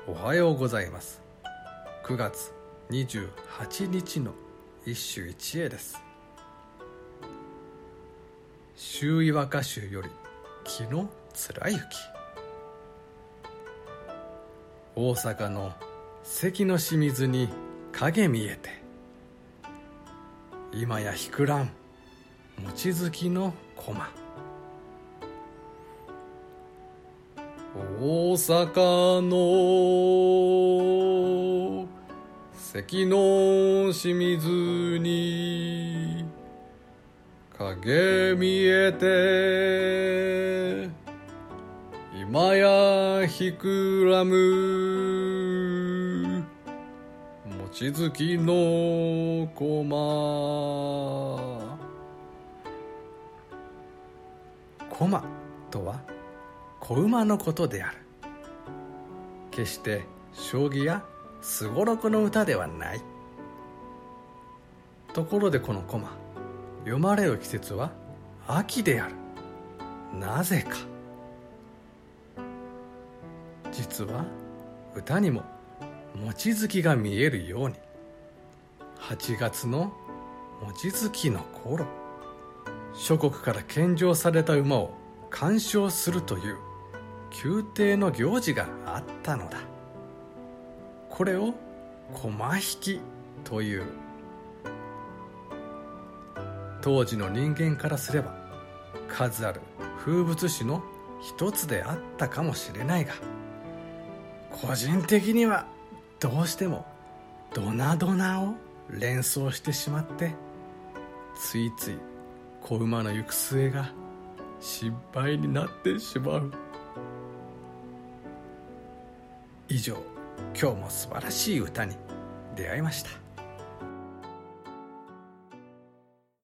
おはようございます。9月28日の一首一会です。周囲和歌集より木の貫之。大阪の関の清水に影見えて、今やひくらん望月の駒。大阪の関の清水に影見えて、今やひくらむ望月の駒。駒とは子馬のことである。決して将棋やすごろくの歌ではない。ところでこの駒、読まれる季節は秋である。なぜか。実は歌にも望月が見えるように、8月の望月の頃、諸国から献上された馬を鑑賞するという宮廷の行事があったのだ。これを駒引きという。当時の人間からすれば数ある風物詩の一つであったかもしれないが、個人的にはどうしてもドナドナを連想してしまって、ついつい子馬の行く末が心配になってしまう。以上、今日も素晴らしい歌に出会いました。